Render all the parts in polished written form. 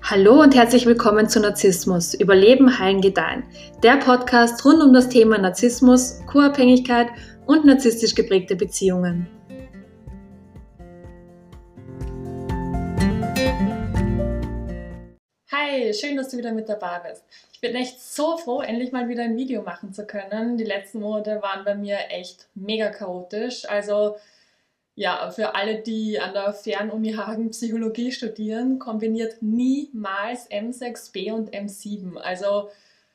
Hallo und herzlich willkommen zu Narzissmus, Überleben, Heilen, Gedeihen. Der Podcast rund um das Thema Narzissmus, Co-Abhängigkeit und narzisstisch geprägte Beziehungen. Hi, schön, dass du wieder mit dabei bist. Ich bin echt so froh, endlich mal wieder ein Video machen zu können. Die letzten Monate waren bei mir echt mega chaotisch. Also ja, für alle, die an der Fernuni Hagen Psychologie studieren, kombiniert niemals M6B und M7. Also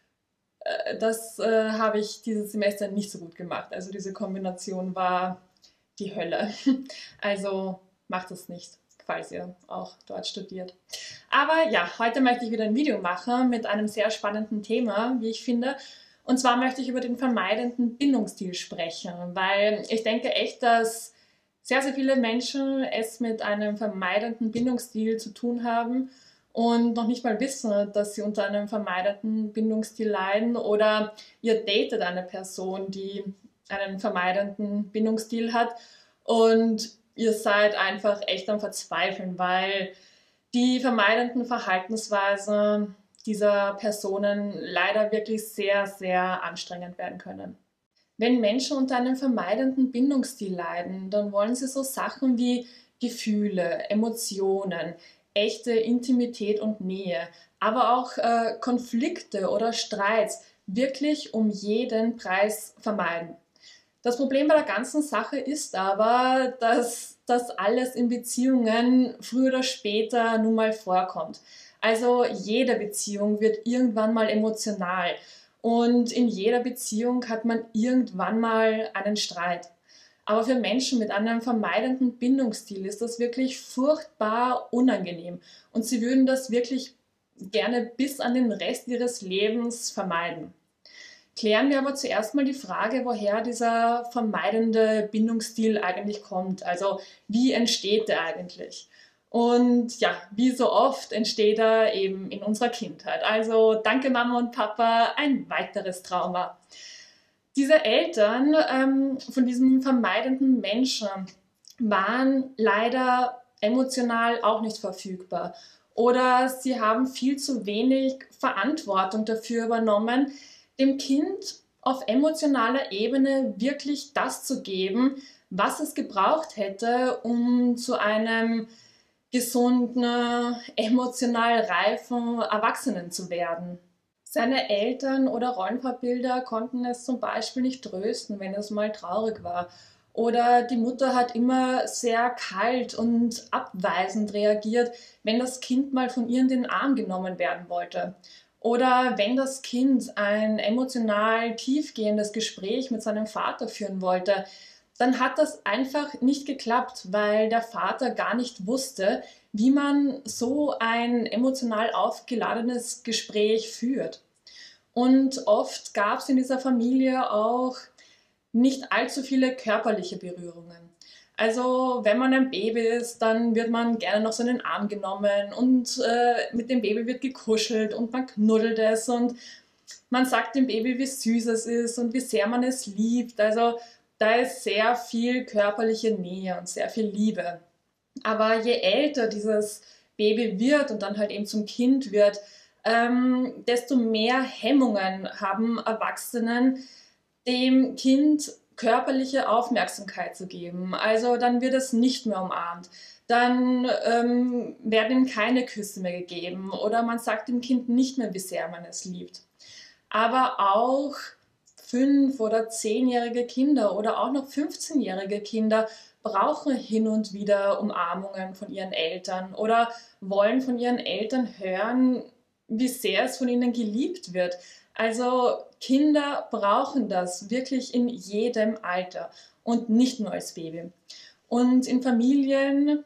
das habe ich dieses Semester nicht so gut gemacht. Also diese Kombination war die Hölle. Also macht es nicht, falls ihr auch dort studiert. Aber ja, heute möchte ich wieder ein Video machen mit einem sehr spannenden Thema, wie ich finde. Und zwar möchte ich über den vermeidenden Bindungsstil sprechen, weil ich denke echt, dass sehr, sehr viele Menschen es mit einem vermeidenden Bindungsstil zu tun haben und noch nicht mal wissen, dass sie unter einem vermeidenden Bindungsstil leiden, oder ihr datet eine Person, die einen vermeidenden Bindungsstil hat und ihr seid einfach echt am Verzweifeln, weil die vermeidenden Verhaltensweisen dieser Personen leider wirklich sehr, sehr anstrengend werden können. Wenn Menschen unter einem vermeidenden Bindungsstil leiden, dann wollen sie so Sachen wie Gefühle, Emotionen, echte Intimität und Nähe, aber auch Konflikte oder Streits wirklich um jeden Preis vermeiden. Das Problem bei der ganzen Sache ist aber, dass das alles in Beziehungen früher oder später nun mal vorkommt. Also jede Beziehung wird irgendwann mal emotional und in jeder Beziehung hat man irgendwann mal einen Streit. Aber für Menschen mit einem vermeidenden Bindungsstil ist das wirklich furchtbar unangenehm und sie würden das wirklich gerne bis an den Rest ihres Lebens vermeiden. Klären wir aber zuerst mal die Frage, woher dieser vermeidende Bindungsstil eigentlich kommt. Also wie entsteht der eigentlich? Und ja, wie so oft entsteht er eben in unserer Kindheit. Also danke Mama und Papa, ein weiteres Trauma. Diese Eltern von diesem vermeidenden Menschen waren leider emotional auch nicht verfügbar. Oder sie haben viel zu wenig Verantwortung dafür übernommen, dem Kind auf emotionaler Ebene wirklich das zu geben, was es gebraucht hätte, um zu einem gesunden, emotional reifen Erwachsenen zu werden. Seine Eltern oder Rollenvorbilder konnten es zum Beispiel nicht trösten, wenn es mal traurig war. Oder die Mutter hat immer sehr kalt und abweisend reagiert, wenn das Kind mal von ihr in den Arm genommen werden wollte. Oder wenn das Kind ein emotional tiefgehendes Gespräch mit seinem Vater führen wollte, dann hat das einfach nicht geklappt, weil der Vater gar nicht wusste, wie man so ein emotional aufgeladenes Gespräch führt. Und oft gab es in dieser Familie auch nicht allzu viele körperliche Berührungen. Also wenn man ein Baby ist, dann wird man gerne noch so in den Arm genommen und mit dem Baby wird gekuschelt und man knuddelt es und man sagt dem Baby, wie süß es ist und wie sehr man es liebt. Also da ist sehr viel körperliche Nähe und sehr viel Liebe. Aber je älter dieses Baby wird und dann halt eben zum Kind wird, desto mehr Hemmungen haben Erwachsenen, dem Kind körperliche Aufmerksamkeit zu geben. Also dann wird es nicht mehr umarmt. Dann werden ihm keine Küsse mehr gegeben oder man sagt dem Kind nicht mehr, wie sehr man es liebt. Aber auch 5- oder 10-jährige Kinder oder auch noch 15-jährige Kinder brauchen hin und wieder Umarmungen von ihren Eltern oder wollen von ihren Eltern hören, wie sehr es von ihnen geliebt wird. Also Kinder brauchen das wirklich in jedem Alter und nicht nur als Baby. Und in Familien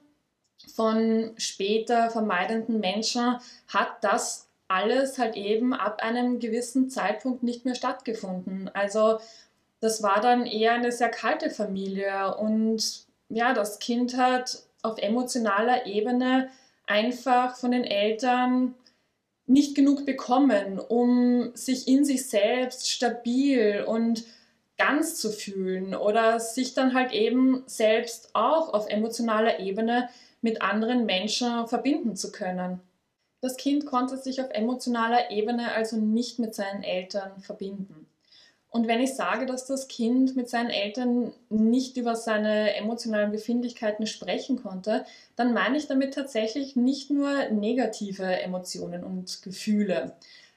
von später vermeidenden Menschen hat das alles halt eben ab einem gewissen Zeitpunkt nicht mehr stattgefunden. Also das war dann eher eine sehr kalte Familie und ja, das Kind hat auf emotionaler Ebene einfach von den Eltern nicht genug bekommen, um sich in sich selbst stabil und ganz zu fühlen oder sich dann halt eben selbst auch auf emotionaler Ebene mit anderen Menschen verbinden zu können. Das Kind konnte sich auf emotionaler Ebene also nicht mit seinen Eltern verbinden. Und wenn ich sage, dass das Kind mit seinen Eltern nicht über seine emotionalen Befindlichkeiten sprechen konnte, dann meine ich damit tatsächlich nicht nur negative Emotionen und Gefühle.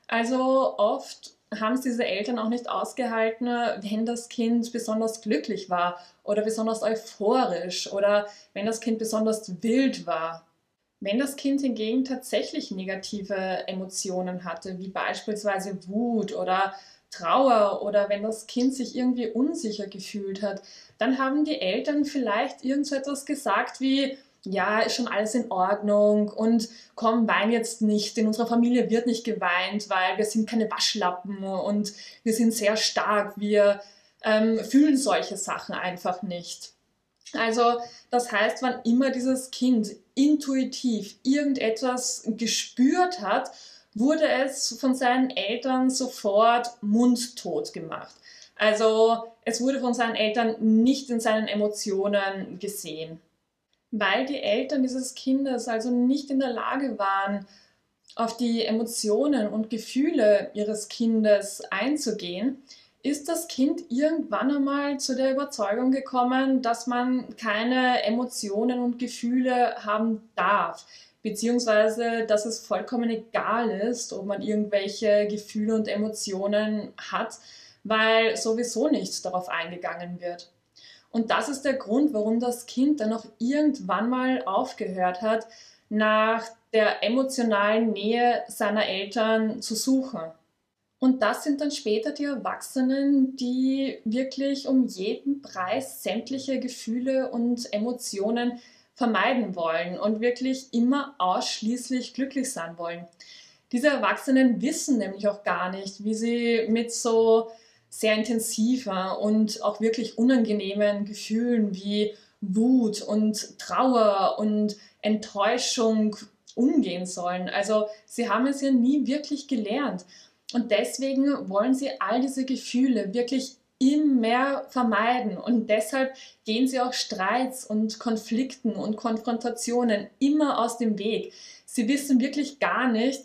Also oft haben es diese Eltern auch nicht ausgehalten, wenn das Kind besonders glücklich war oder besonders euphorisch oder wenn das Kind besonders wild war. Wenn das Kind hingegen tatsächlich negative Emotionen hatte, wie beispielsweise Wut oder Trauer oder wenn das Kind sich irgendwie unsicher gefühlt hat, dann haben die Eltern vielleicht irgend so etwas gesagt wie, ja, ist schon alles in Ordnung und komm, wein jetzt nicht. In unserer Familie wird nicht geweint, weil wir sind keine Waschlappen und wir sind sehr stark. Wir fühlen solche Sachen einfach nicht. Also das heißt, wann immer dieses Kind intuitiv irgendetwas gespürt hat, wurde es von seinen Eltern sofort mundtot gemacht. Also es wurde von seinen Eltern nicht in seinen Emotionen gesehen. Weil die Eltern dieses Kindes also nicht in der Lage waren, auf die Emotionen und Gefühle ihres Kindes einzugehen, ist das Kind irgendwann einmal zu der Überzeugung gekommen, dass man keine Emotionen und Gefühle haben darf, beziehungsweise dass es vollkommen egal ist, ob man irgendwelche Gefühle und Emotionen hat, weil sowieso nicht darauf eingegangen wird. Und das ist der Grund, warum das Kind dann auch irgendwann mal aufgehört hat, nach der emotionalen Nähe seiner Eltern zu suchen. Und das sind dann später die Erwachsenen, die wirklich um jeden Preis sämtliche Gefühle und Emotionen vermeiden wollen und wirklich immer ausschließlich glücklich sein wollen. Diese Erwachsenen wissen nämlich auch gar nicht, wie sie mit so sehr intensiven und auch wirklich unangenehmen Gefühlen wie Wut und Trauer und Enttäuschung umgehen sollen. Also sie haben es ja nie wirklich gelernt. Und deswegen wollen sie all diese Gefühle wirklich immer vermeiden. Und deshalb gehen sie auch Streits und Konflikten und Konfrontationen immer aus dem Weg. Sie wissen wirklich gar nicht,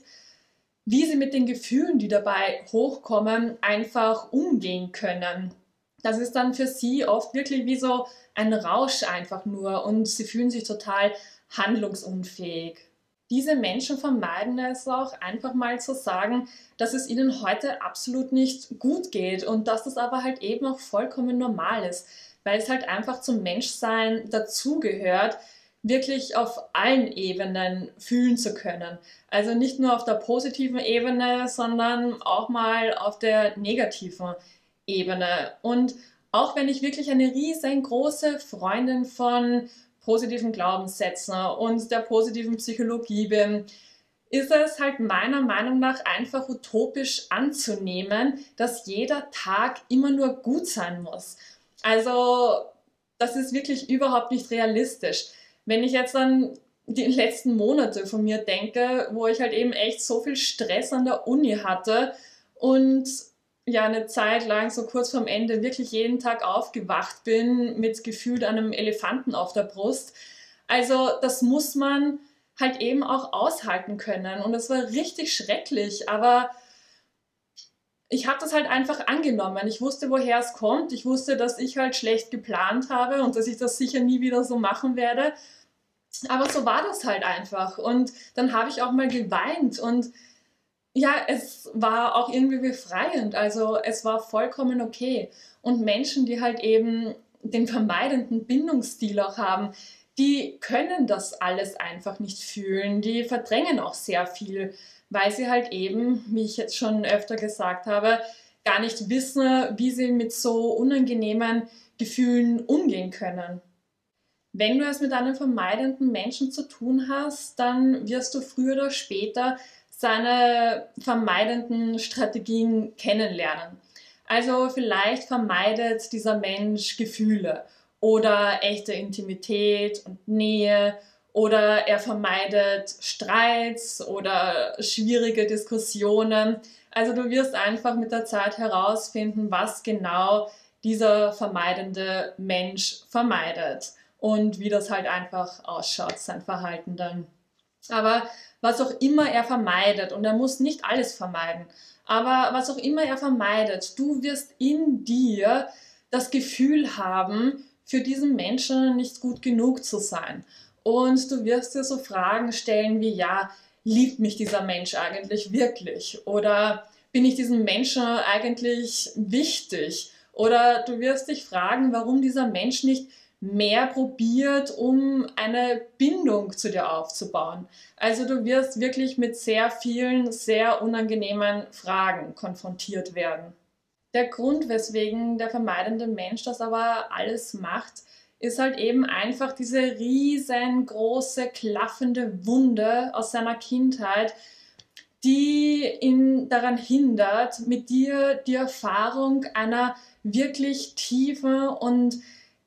wie sie mit den Gefühlen, die dabei hochkommen, einfach umgehen können. Das ist dann für sie oft wirklich wie so ein Rausch einfach nur und sie fühlen sich total handlungsunfähig. Diese Menschen vermeiden es auch, einfach mal zu sagen, dass es ihnen heute absolut nicht gut geht und dass das aber halt eben auch vollkommen normal ist, weil es halt einfach zum Menschsein dazugehört, wirklich auf allen Ebenen fühlen zu können. Also nicht nur auf der positiven Ebene, sondern auch mal auf der negativen Ebene. Und auch wenn ich wirklich eine riesengroße Freundin von positiven Glaubenssätzen und der positiven Psychologie bin, ist es halt meiner Meinung nach einfach utopisch anzunehmen, dass jeder Tag immer nur gut sein muss. Also das ist wirklich überhaupt nicht realistisch. Wenn ich jetzt an die letzten Monate von mir denke, wo ich halt eben echt so viel Stress an der Uni hatte und ja eine Zeit lang so kurz vorm Ende wirklich jeden Tag aufgewacht bin mit gefühlt einem Elefanten auf der Brust. Also das muss man halt eben auch aushalten können und das war richtig schrecklich, aber ich habe das halt einfach angenommen. Ich wusste, woher es kommt. Ich wusste, dass ich halt schlecht geplant habe und dass ich das sicher nie wieder so machen werde. Aber so war das halt einfach. Und dann habe ich auch mal geweint und ja, es war auch irgendwie befreiend. Also es war vollkommen okay. Und Menschen, die halt eben den vermeidenden Bindungsstil auch haben, die können das alles einfach nicht fühlen. Die verdrängen auch sehr viel, weil sie halt eben, wie ich jetzt schon öfter gesagt habe, gar nicht wissen, wie sie mit so unangenehmen Gefühlen umgehen können. Wenn du es mit einem vermeidenden Menschen zu tun hast, dann wirst du früher oder später seine vermeidenden Strategien kennenlernen. Also vielleicht vermeidet dieser Mensch Gefühle oder echte Intimität und Nähe oder er vermeidet Streits oder schwierige Diskussionen. Also du wirst einfach mit der Zeit herausfinden, was genau dieser vermeidende Mensch vermeidet und wie das halt einfach ausschaut, sein Verhalten dann. Aber was auch immer er vermeidet, und er muss nicht alles vermeiden, aber was auch immer er vermeidet, du wirst in dir das Gefühl haben, für diesen Menschen nicht gut genug zu sein. Und du wirst dir so Fragen stellen wie, ja, liebt mich dieser Mensch eigentlich wirklich? Oder bin ich diesem Menschen eigentlich wichtig? Oder du wirst dich fragen, warum dieser Mensch nicht mehr probiert, um eine Bindung zu dir aufzubauen. Also du wirst wirklich mit sehr vielen, sehr unangenehmen Fragen konfrontiert werden. Der Grund, weswegen der vermeidende Mensch das aber alles macht, ist halt eben einfach diese riesengroße, klaffende Wunde aus seiner Kindheit, die ihn daran hindert, mit dir die Erfahrung einer wirklich tiefen und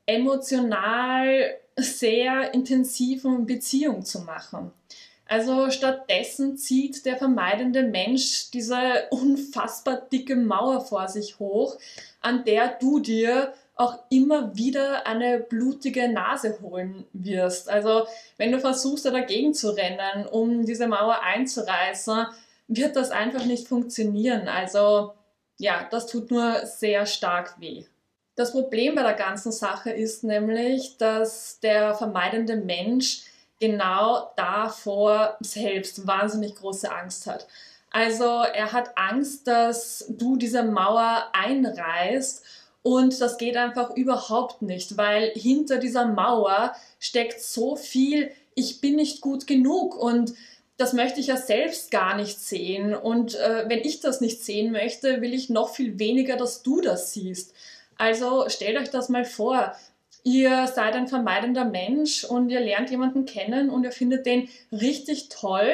emotional sehr intensiven Beziehung zu machen. Also stattdessen zieht der vermeidende Mensch diese unfassbar dicke Mauer vor sich hoch, an der du dir auch immer wieder eine blutige Nase holen wirst. Also wenn du versuchst, da dagegen zu rennen, um diese Mauer einzureißen, wird das einfach nicht funktionieren. Also ja, das tut nur sehr stark weh. Das Problem bei der ganzen Sache ist nämlich, dass der vermeidende Mensch genau davor selbst wahnsinnig große Angst hat. Also er hat Angst, dass du diese Mauer einreißt, und das geht einfach überhaupt nicht, weil hinter dieser Mauer steckt so viel, ich bin nicht gut genug, und das möchte ich ja selbst gar nicht sehen. Und wenn ich das nicht sehen möchte, will ich noch viel weniger, dass du das siehst. Also stellt euch das mal vor. Ihr seid ein vermeidender Mensch und ihr lernt jemanden kennen und ihr findet den richtig toll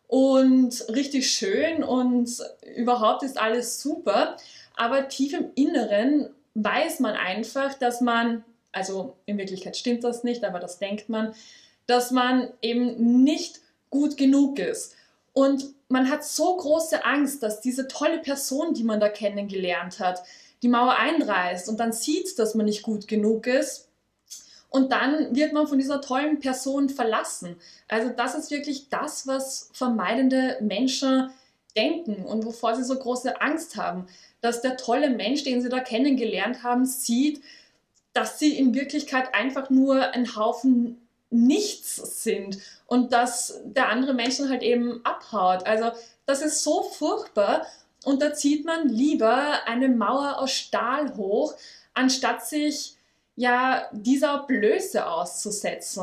und richtig schön und überhaupt ist alles super. Aber tief im Inneren weiß man einfach, dass man, also in Wirklichkeit stimmt das nicht, aber das denkt man, dass man eben nicht gut genug ist. Und man hat so große Angst, dass diese tolle Person, die man da kennengelernt hat, die Mauer einreißt und dann sieht, dass man nicht gut genug ist. Und dann wird man von dieser tollen Person verlassen. Also das ist wirklich das, was vermeidende Menschen denken und wovor sie so große Angst haben. Dass der tolle Mensch, den sie da kennengelernt haben, sieht, dass sie in Wirklichkeit einfach nur ein Haufen Nichts sind und dass der andere Mensch dann halt eben abhaut. Also das ist so furchtbar, und da zieht man lieber eine Mauer aus Stahl hoch, anstatt sich ja dieser Blöße auszusetzen.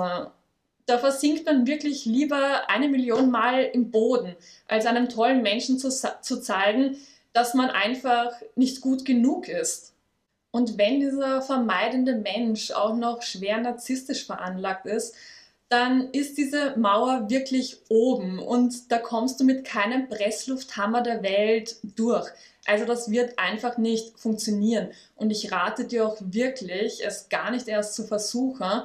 Da versinkt man wirklich lieber 1 Million Mal im Boden, als einem tollen Menschen zu zeigen, dass man einfach nicht gut genug ist. Und wenn dieser vermeidende Mensch auch noch schwer narzisstisch veranlagt ist, dann ist diese Mauer wirklich oben und da kommst du mit keinem Presslufthammer der Welt durch. Also das wird einfach nicht funktionieren. Und ich rate dir auch wirklich, es gar nicht erst zu versuchen,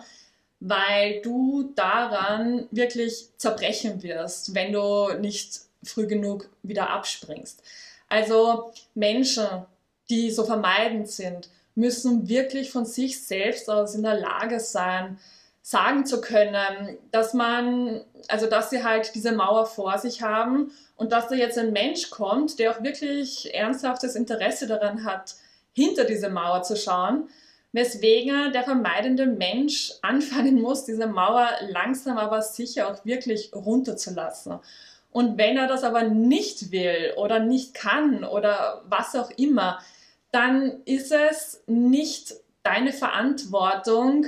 weil du daran wirklich zerbrechen wirst, wenn du nicht früh genug wieder abspringst. Also Menschen, die so vermeidend sind, müssen wirklich von sich selbst aus in der Lage sein, sagen zu können, dass man, also dass sie halt diese Mauer vor sich haben und dass da jetzt ein Mensch kommt, der auch wirklich ernsthaftes Interesse daran hat, hinter diese Mauer zu schauen, weswegen der vermeidende Mensch anfangen muss, diese Mauer langsam aber sicher auch wirklich runterzulassen. Und wenn er das aber nicht will oder nicht kann oder was auch immer, dann ist es nicht deine Verantwortung,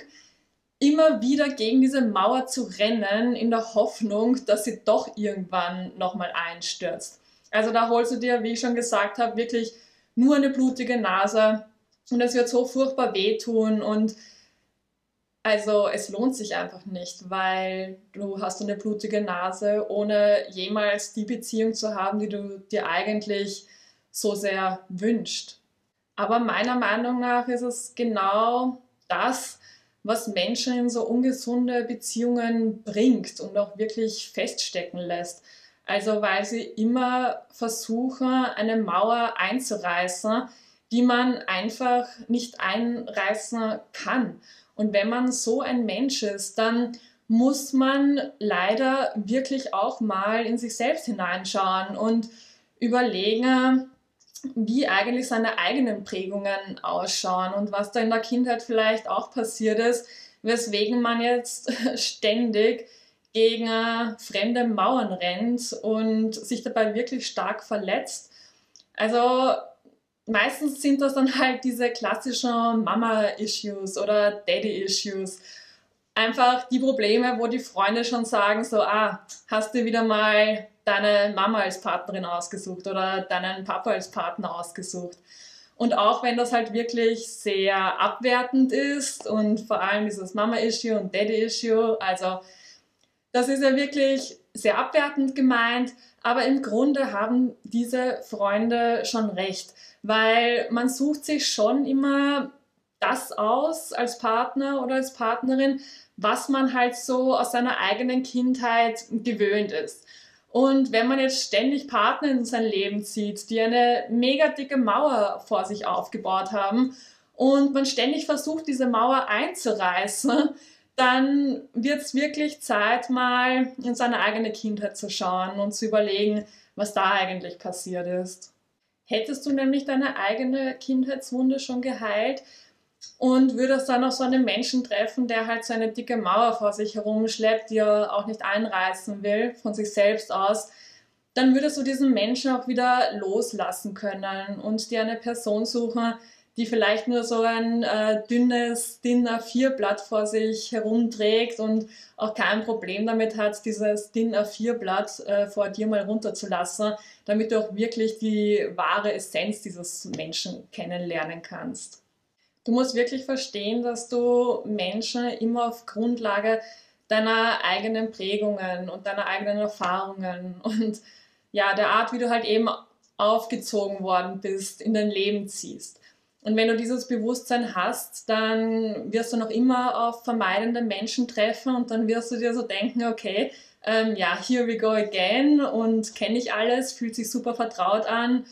immer wieder gegen diese Mauer zu rennen, in der Hoffnung, dass sie doch irgendwann nochmal einstürzt. Also da holst du dir, wie ich schon gesagt habe, wirklich nur eine blutige Nase und es wird so furchtbar wehtun, und also es lohnt sich einfach nicht, weil du hast eine blutige Nase, ohne jemals die Beziehung zu haben, die du dir eigentlich so sehr wünschst. Aber meiner Meinung nach ist es genau das, was Menschen in so ungesunde Beziehungen bringt und auch wirklich feststecken lässt. Also weil sie immer versuchen, eine Mauer einzureißen, die man einfach nicht einreißen kann. Und wenn man so ein Mensch ist, dann muss man leider wirklich auch mal in sich selbst hineinschauen und überlegen, wie eigentlich seine eigenen Prägungen ausschauen und was da in der Kindheit vielleicht auch passiert ist, weswegen man jetzt ständig gegen fremde Mauern rennt und sich dabei wirklich stark verletzt. Also meistens sind das dann halt diese klassischen Mama-Issues oder Daddy-Issues. Einfach die Probleme, wo die Freunde schon sagen, so, hast du wieder mal deine Mama als Partnerin ausgesucht oder deinen Papa als Partner ausgesucht. Und auch wenn das halt wirklich sehr abwertend ist und vor allem dieses Mama-Issue und Daddy-Issue, also das ist ja wirklich sehr abwertend gemeint, aber im Grunde haben diese Freunde schon recht, weil man sucht sich schon immer das aus als Partner oder als Partnerin, was man halt so aus seiner eigenen Kindheit gewöhnt ist. Und wenn man jetzt ständig Partner in sein Leben zieht, die eine mega dicke Mauer vor sich aufgebaut haben und man ständig versucht, diese Mauer einzureißen, dann wird es wirklich Zeit, mal in seine eigene Kindheit zu schauen und zu überlegen, was da eigentlich passiert ist. Hättest du nämlich deine eigene Kindheitswunde schon geheilt und würdest dann noch so einen Menschen treffen, der halt so eine dicke Mauer vor sich herumschleppt, die er auch nicht einreißen will, von sich selbst aus, dann würdest du diesen Menschen auch wieder loslassen können und dir eine Person suchen, die vielleicht nur so ein dünnes DIN A4-Blatt vor sich herumträgt und auch kein Problem damit hat, dieses DIN A4-Blatt vor dir mal runterzulassen, damit du auch wirklich die wahre Essenz dieses Menschen kennenlernen kannst. Du musst wirklich verstehen, dass du Menschen immer auf Grundlage deiner eigenen Prägungen und deiner eigenen Erfahrungen und ja, der Art, wie du halt eben aufgezogen worden bist, in dein Leben ziehst. Und wenn du dieses Bewusstsein hast, dann wirst du noch immer auf vermeidende Menschen treffen und dann wirst du dir so denken, okay, ja, here we go again und kenne ich alles, fühlt sich super vertraut an.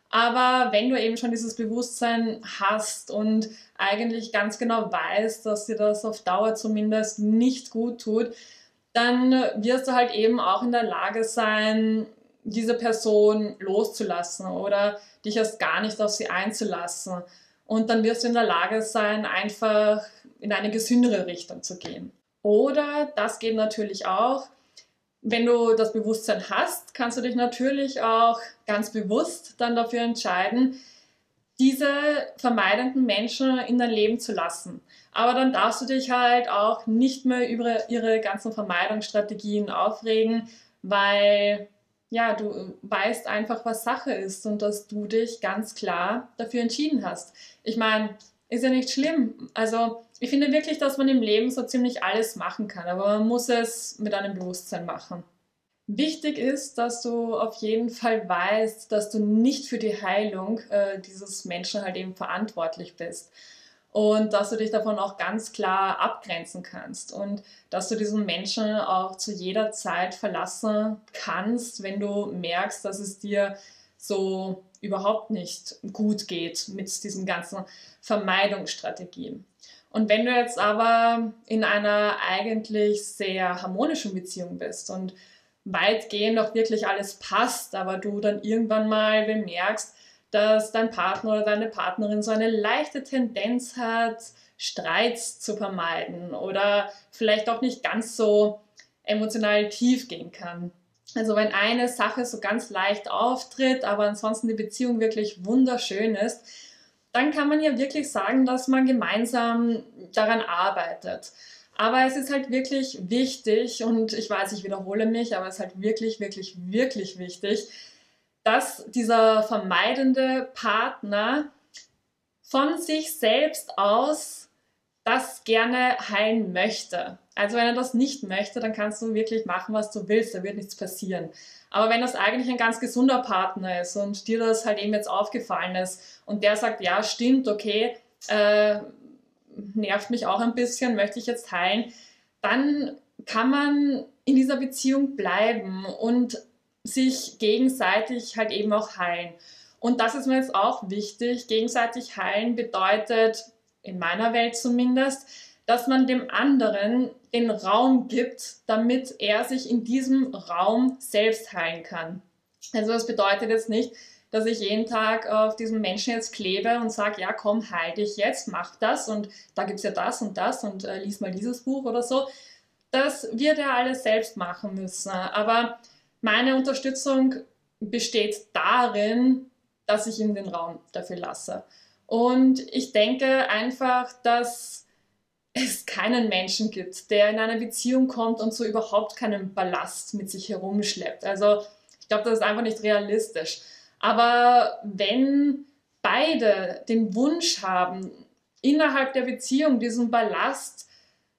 Aber wenn du eben schon dieses Bewusstsein hast und eigentlich ganz genau weißt, dass dir das auf Dauer zumindest nicht gut tut, dann wirst du halt eben auch in der Lage sein, diese Person loszulassen oder dich erst gar nicht auf sie einzulassen. Und dann wirst du in der Lage sein, einfach in eine gesündere Richtung zu gehen. Oder, das geht natürlich auch, wenn du das Bewusstsein hast, kannst du dich natürlich auch ganz bewusst dann dafür entscheiden, diese vermeidenden Menschen in dein Leben zu lassen. Aber dann darfst du dich halt auch nicht mehr über ihre ganzen Vermeidungsstrategien aufregen, weil ja, du weißt einfach, was Sache ist und dass du dich ganz klar dafür entschieden hast. Ich meine, ist ja nicht schlimm. Also ich finde wirklich, dass man im Leben so ziemlich alles machen kann, aber man muss es mit einem Bewusstsein machen. Wichtig ist, dass du auf jeden Fall weißt, dass du nicht für die Heilung dieses Menschen halt eben verantwortlich bist und dass du dich davon auch ganz klar abgrenzen kannst und dass du diesen Menschen auch zu jeder Zeit verlassen kannst, wenn du merkst, dass es dir so überhaupt nicht gut geht mit diesen ganzen Vermeidungsstrategien. Und wenn du jetzt aber in einer eigentlich sehr harmonischen Beziehung bist und weitgehend auch wirklich alles passt, aber du dann irgendwann mal bemerkst, dass dein Partner oder deine Partnerin so eine leichte Tendenz hat, Streits zu vermeiden oder vielleicht auch nicht ganz so emotional tief gehen kann. Also wenn eine Sache so ganz leicht auftritt, aber ansonsten die Beziehung wirklich wunderschön ist, dann kann man ja wirklich sagen, dass man gemeinsam daran arbeitet. Aber es ist halt wirklich wichtig, und ich weiß, ich wiederhole mich, aber es ist halt wirklich, wirklich, wirklich wichtig, dass dieser vermeidende Partner von sich selbst aus das gerne heilen möchte. Also wenn er das nicht möchte, dann kannst du wirklich machen, was du willst, da wird nichts passieren. Aber wenn das eigentlich ein ganz gesunder Partner ist und dir das halt eben jetzt aufgefallen ist und der sagt, ja, stimmt, okay, nervt mich auch ein bisschen, möchte ich jetzt heilen, dann kann man in dieser Beziehung bleiben und sich gegenseitig halt eben auch heilen. Und das ist mir jetzt auch wichtig. Gegenseitig heilen bedeutet, in meiner Welt zumindest, dass man dem anderen den Raum gibt, damit er sich in diesem Raum selbst heilen kann. Also das bedeutet jetzt nicht, dass ich jeden Tag auf diesen Menschen jetzt klebe und sage, ja komm, heil dich jetzt, mach das und da gibt es ja das und lies mal dieses Buch oder so. Das wird er alles selbst machen müssen. Aber meine Unterstützung besteht darin, dass ich ihm den Raum dafür lasse. Und ich denke einfach, dass es keinen Menschen gibt, der in eine Beziehung kommt und so überhaupt keinen Ballast mit sich herumschleppt. Also ich glaube, das ist einfach nicht realistisch. Aber wenn beide den Wunsch haben, innerhalb der Beziehung diesen Ballast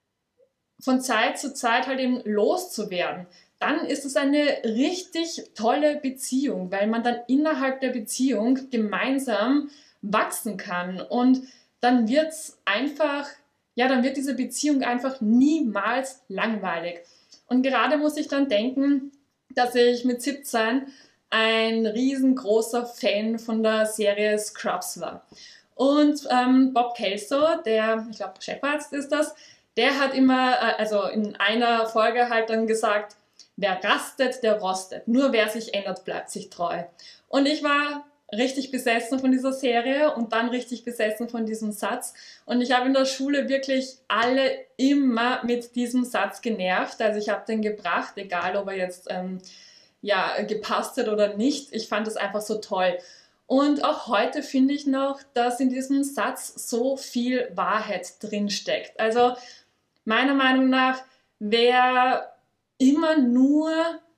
von Zeit zu Zeit halt eben loszuwerden, dann ist es eine richtig tolle Beziehung, weil man dann innerhalb der Beziehung gemeinsam wachsen kann und dann wird es einfach, ja, dann wird diese Beziehung einfach niemals langweilig. Und gerade muss ich dann denken, dass ich mit 17 ein riesengroßer Fan von der Serie Scrubs war. Und Bob Kelso, der, ich glaube, Chefarzt ist das, der hat immer, also in einer Folge halt dann gesagt, wer rastet, der rostet. Nur wer sich ändert, bleibt sich treu. Und ich war richtig besessen von dieser Serie und dann richtig besessen von diesem Satz. Und ich habe in der Schule wirklich alle immer mit diesem Satz genervt. Also ich habe den gebracht, egal ob er jetzt ja, gepasst hat oder nicht. Ich fand es einfach so toll. Und auch heute finde ich noch, dass in diesem Satz so viel Wahrheit drinsteckt. Also meiner Meinung nach, wer immer nur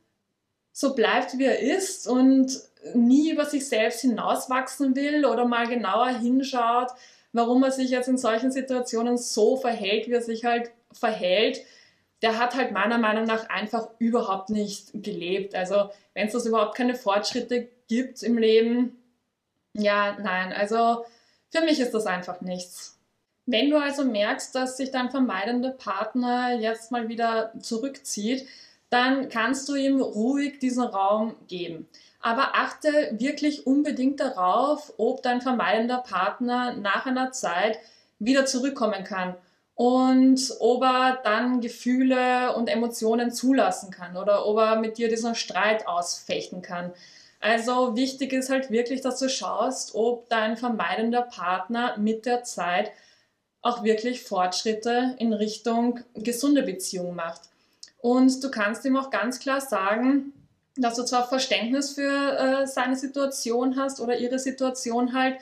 so bleibt, wie er ist und nie über sich selbst hinauswachsen will oder mal genauer hinschaut, warum er sich jetzt in solchen Situationen so verhält, wie er sich halt verhält, der hat halt meiner Meinung nach einfach überhaupt nicht gelebt. Also wenn es das überhaupt keine Fortschritte gibt im Leben, ja, nein, also für mich ist das einfach nichts. Wenn du also merkst, dass sich dein vermeidender Partner jetzt mal wieder zurückzieht, dann kannst du ihm ruhig diesen Raum geben. Aber achte wirklich unbedingt darauf, ob dein vermeidender Partner nach einer Zeit wieder zurückkommen kann und ob er dann Gefühle und Emotionen zulassen kann oder ob er mit dir diesen Streit ausfechten kann. Also wichtig ist halt wirklich, dass du schaust, ob dein vermeidender Partner mit der Zeit auch wirklich Fortschritte in Richtung gesunde Beziehung macht. Und du kannst ihm auch ganz klar sagen, dass du zwar Verständnis für seine Situation hast oder ihre Situation halt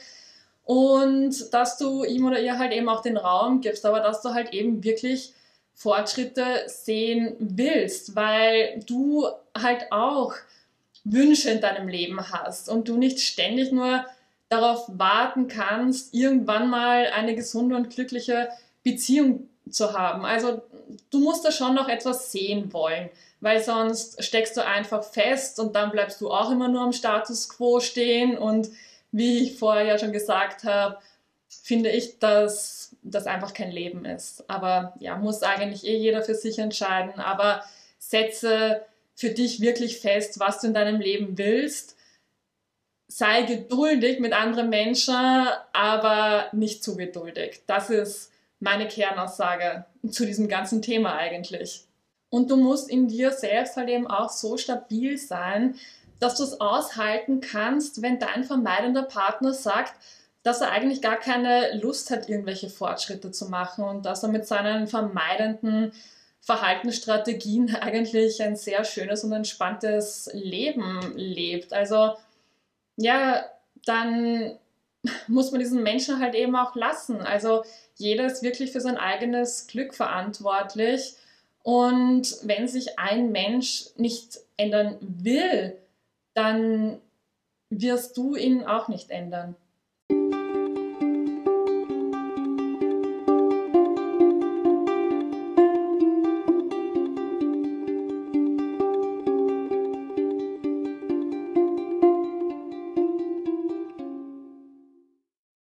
und dass du ihm oder ihr halt eben auch den Raum gibst, aber dass du halt eben wirklich Fortschritte sehen willst, weil du halt auch Wünsche in deinem Leben hast und du nicht ständig nur darauf warten kannst, irgendwann mal eine gesunde und glückliche Beziehung zu haben. Also du musst da schon noch etwas sehen wollen, weil sonst steckst du einfach fest und dann bleibst du auch immer nur am Status quo stehen und wie ich vorher ja schon gesagt habe, finde ich, dass das einfach kein Leben ist. Aber ja, muss eigentlich eh jeder für sich entscheiden, aber setze für dich wirklich fest, was du in deinem Leben willst. Sei geduldig mit anderen Menschen, aber nicht zu geduldig. Das ist meine Kernaussage zu diesem ganzen Thema eigentlich. Und du musst in dir selbst halt eben auch so stabil sein, dass du es aushalten kannst, wenn dein vermeidender Partner sagt, dass er eigentlich gar keine Lust hat, irgendwelche Fortschritte zu machen und dass er mit seinen vermeidenden Verhaltensstrategien eigentlich ein sehr schönes und entspanntes Leben lebt. Also ja, dann muss man diesen Menschen halt eben auch lassen. Also jeder ist wirklich für sein eigenes Glück verantwortlich. Und wenn sich ein Mensch nicht ändern will, dann wirst du ihn auch nicht ändern.